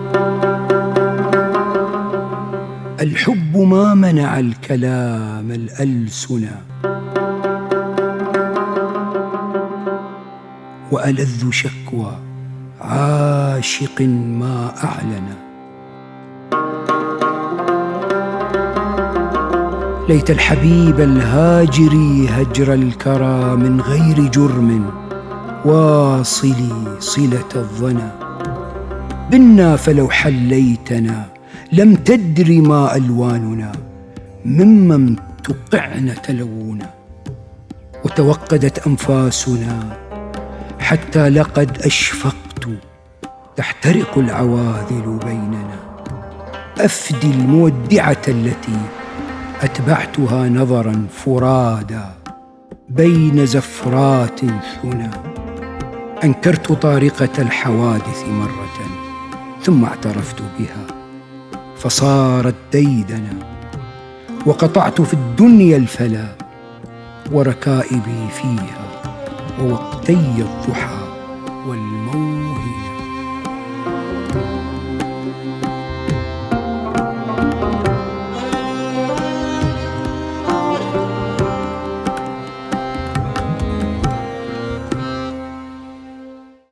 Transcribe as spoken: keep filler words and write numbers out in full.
الحب ما منع الكلام الألسنا، وألذ شكوى عاشق ما أعلن. ليت الحبيب الهاجري هجر الكرى من غير جرم، واصلي صلة الظنا. بنا فلو حليتنا لم تدر ما ألواننا، ممن تقعن تلونا. وتوقدت أنفاسنا حتى لقد أشفقت تحترق العواذل بيننا. أفدي المودعة التي أتبعتها نظرا فرادا بين زفرات ثنا. أنكرت طارقة الحوادث مرة ثم اعترفت بها فصارت ديدنا. وقطعت في الدنيا الفلا وركائبي فيها، ووقتي الضحى والموت